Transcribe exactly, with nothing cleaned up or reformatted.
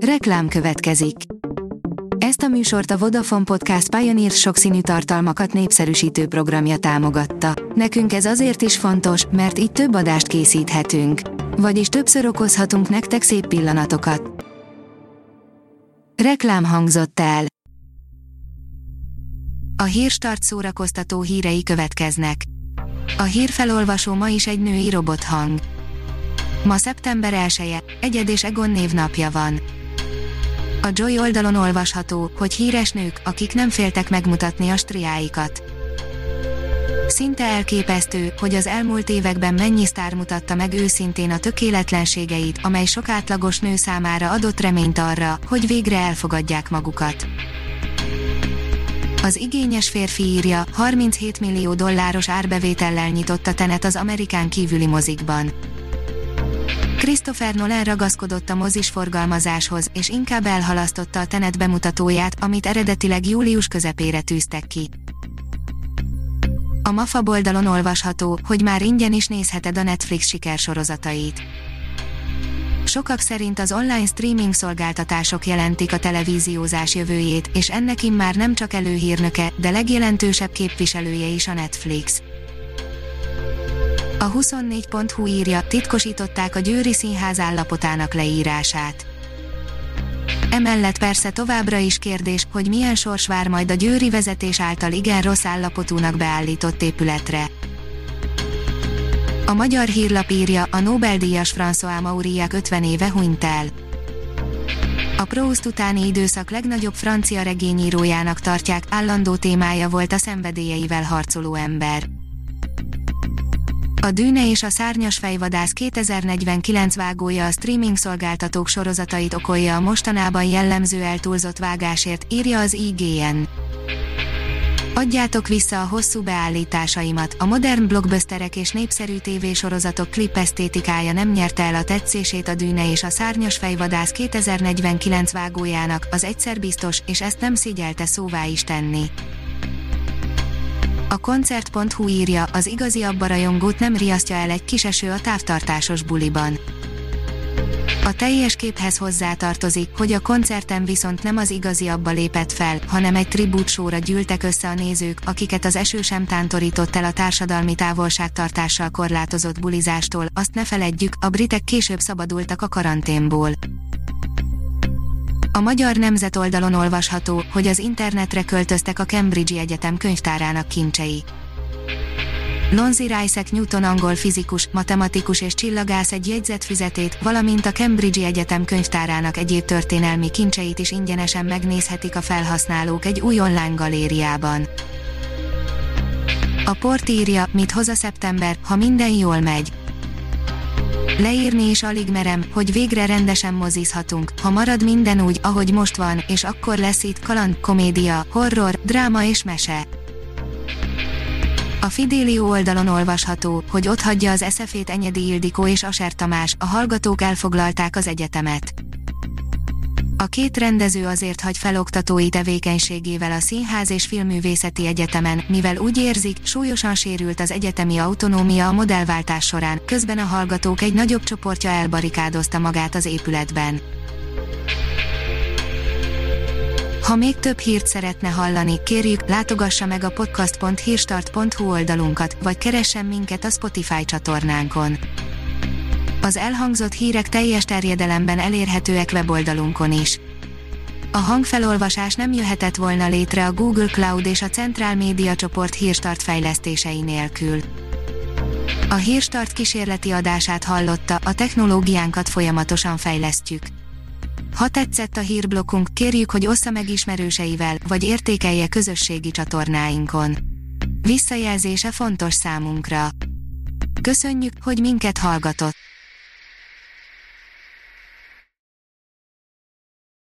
Reklám következik. Ezt a műsort a Vodafone Podcast Pioneer sokszínű tartalmakat népszerűsítő programja támogatta. Nekünk ez azért is fontos, mert így több adást készíthetünk. Vagyis többször okozhatunk nektek szép pillanatokat. Reklám hangzott el. A Hírstart szórakoztató hírei következnek. A hírfelolvasó ma is egy női robothang. Ma szeptember elseje, Egyed és Egon névnapja van. A Joy oldalon olvasható, hogy híres nők, akik nem féltek megmutatni a striáikat. Szinte elképesztő, hogy az elmúlt években mennyi sztár mutatta meg őszintén a tökéletlenségeit, amely sok átlagos nő számára adott reményt arra, hogy végre elfogadják magukat. Az igényes férfi írja, harminchét millió dolláros árbevétellel nyitott a Tenet az Amerikán kívüli mozikban. Christopher Nolan ragaszkodott a mozis forgalmazáshoz, és inkább elhalasztotta a Tenet bemutatóját, amit eredetileg július közepére tűztek ki. A MAFA oldalon olvasható, hogy már ingyen is nézheted a Netflix sikersorozatait. Sokak szerint az online streaming szolgáltatások jelentik a televíziózás jövőjét, és ennek immár nem csak előhírnöke, de legjelentősebb képviselője is a Netflix. A huszonnégy pont hu írja, titkosították a Győri Színház állapotának leírását. Emellett persze továbbra is kérdés, hogy milyen sors vár majd a győri vezetés által igen rossz állapotúnak beállított épületre. A Magyar Hírlap írja, a Nobel-díjas François Mauriac ötven éve hunyt el. A Proust utáni időszak legnagyobb francia regényírójának tartják, állandó témája volt a szenvedélyeivel harcoló ember. A Dűne és a szárnyas fejvadász kétezer-negyvenkilenc vágója a streaming szolgáltatók sorozatait okolja a mostanában jellemző eltúlzott vágásért, írja az i gé en. Adjátok vissza a hosszú beállításaimat, a modern blockbusterek és népszerű tévésorozatok klip esztétikája nem nyerte el a tetszését a Dűne és a szárnyas fejvadász kétezer-negyvenkilenc vágójának, az egyszer biztos, és ezt nem szigyelte szóvá is tenni. A koncert pont hu írja, az igazi Abba rajongót nem riasztja el egy kis eső a távtartásos buliban. A teljes képhez hozzátartozik, hogy a koncerten viszont nem az igazi Abba lépett fel, hanem egy tribútsóra gyűltek össze a nézők, akiket az eső sem tántorított el a társadalmi távolságtartással korlátozott bulizástól. Azt ne feledjük, a britek később szabadultak a karanténból. A Magyar Nemzet oldalon olvasható, hogy az internetre költöztek a Cambridge-i Egyetem könyvtárának kincsei. Lonzi Rice Newton angol fizikus, matematikus és csillagász egy jegyzetfüzetét, valamint a Cambridge-i Egyetem könyvtárának egyéb történelmi kincseit is ingyenesen megnézhetik a felhasználók egy új online galériában. A Port írja, mit hoz a szeptember, ha minden jól megy. Leírni is alig merem, hogy végre rendesen mozizhatunk, ha marad minden úgy, ahogy most van, és akkor lesz itt kaland, komédia, horror, dráma és mese. A Fidelio oldalon olvasható, hogy otthagyja az es ef é-t Enyedi Ildikó és Aser Tamás, a hallgatók elfoglalták az egyetemet. A két rendező azért hagy fel oktatói tevékenységével a Színház és Filmművészeti Egyetemen, mivel úgy érzik, súlyosan sérült az egyetemi autonómia a modellváltás során, közben a hallgatók egy nagyobb csoportja elbarikádozta magát az épületben. Ha még több hírt szeretne hallani, kérjük, látogassa meg a podcast pont hírstart pont hu oldalunkat, vagy keressen minket a Spotify csatornánkon. Az elhangzott hírek teljes terjedelemben elérhetőek weboldalunkon is. A hangfelolvasás nem jöhetett volna létre a Google Cloud és a Centrál Média csoport Hírstart fejlesztései nélkül. A Hírstart kísérleti adását hallotta, a technológiánkat folyamatosan fejlesztjük. Ha tetszett a hírblokkunk, kérjük, hogy ossza meg ismerőseivel, vagy értékelje közösségi csatornáinkon. Visszajelzése fontos számunkra. Köszönjük, hogy minket hallgatott!